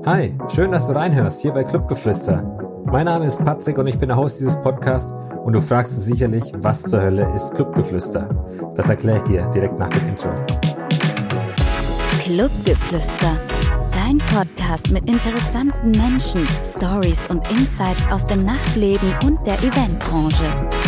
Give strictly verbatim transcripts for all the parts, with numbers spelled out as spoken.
Hi, schön, dass du reinhörst hier bei Clubgeflüster. Mein Name ist Patrick und ich bin der Host dieses Podcasts und du fragst dich sicherlich, was zur Hölle ist Clubgeflüster? Das erkläre ich dir direkt nach dem Intro. Clubgeflüster, dein Podcast mit interessanten Menschen, Stories und Insights aus dem Nachtleben und der Eventbranche.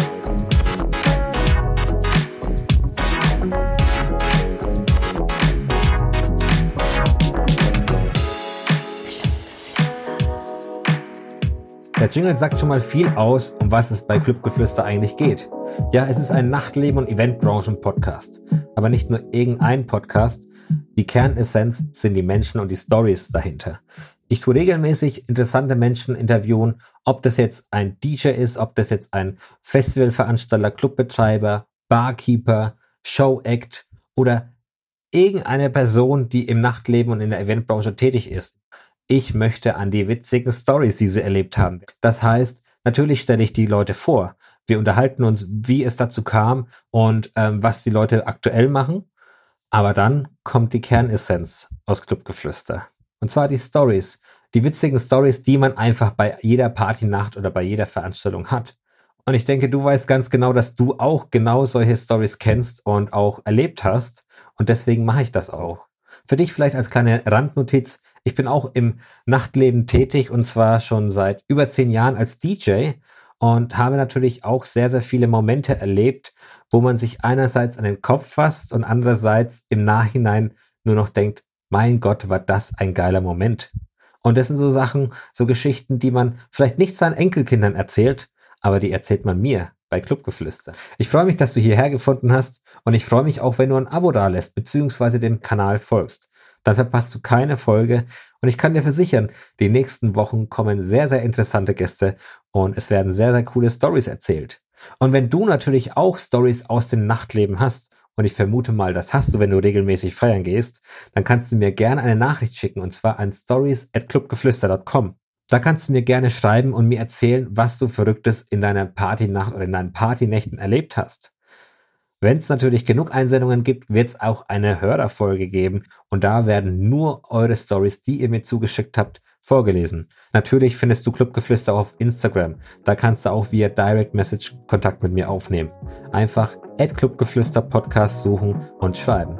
Der Jingle sagt schon mal viel aus, um was es bei Clubgeflüster eigentlich geht. Ja, es ist ein Nachtleben- und Eventbranchen-Podcast. Aber nicht nur irgendein Podcast. Die Kernessenz sind die Menschen und die Stories dahinter. Ich tue regelmäßig interessante Menschen interviewen, ob das jetzt ein D J ist, ob das jetzt ein Festivalveranstalter, Clubbetreiber, Barkeeper, Showact oder irgendeine Person, die im Nachtleben und in der Eventbranche tätig ist. Ich möchte an die witzigen Stories, die sie erlebt haben. Das heißt, natürlich stelle ich die Leute vor. Wir unterhalten uns, wie es dazu kam und ähm, was die Leute aktuell machen. Aber dann kommt die Kernessenz aus Clubgeflüster. Und zwar die Stories. Die witzigen Stories, die man einfach bei jeder Partynacht oder bei jeder Veranstaltung hat. Und ich denke, du weißt ganz genau, dass du auch genau solche Stories kennst und auch erlebt hast. Und deswegen mache ich das auch. Für dich vielleicht als kleine Randnotiz, ich bin auch im Nachtleben tätig und zwar schon seit über zehn Jahren als D J und habe natürlich auch sehr, sehr viele Momente erlebt, wo man sich einerseits an den Kopf fasst und andererseits im Nachhinein nur noch denkt, mein Gott, war das ein geiler Moment. Und das sind so Sachen, so Geschichten, die man vielleicht nicht seinen Enkelkindern erzählt, aber die erzählt man mir bei Clubgeflüster. Ich freue mich, dass du hierher gefunden hast und ich freue mich auch, wenn du ein Abo da lässt beziehungsweise dem Kanal folgst. Dann verpasst du keine Folge und ich kann dir versichern, die nächsten Wochen kommen sehr, sehr interessante Gäste und es werden sehr, sehr coole Stories erzählt. Und wenn du natürlich auch Stories aus dem Nachtleben hast, und ich vermute mal, das hast du, wenn du regelmäßig feiern gehst, dann kannst du mir gerne eine Nachricht schicken und zwar an stories at clubgeflüster dot com. Da kannst du mir gerne schreiben und mir erzählen, was du Verrücktes in deiner Partynacht oder in deinen Partynächten erlebt hast. Wenn es natürlich genug Einsendungen gibt, wird es auch eine Hörerfolge geben und da werden nur eure Stories, die ihr mir zugeschickt habt, vorgelesen. Natürlich findest du Clubgeflüster auch auf Instagram. Da kannst du auch via Direct Message Kontakt mit mir aufnehmen. Einfach at Clubgeflüster Podcast suchen und schreiben.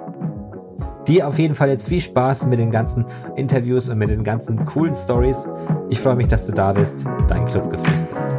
Dir auf jeden Fall jetzt viel Spaß mit den ganzen Interviews und mit den ganzen coolen Stories. Ich freue mich, dass du da bist. Dein Clubgeflüster.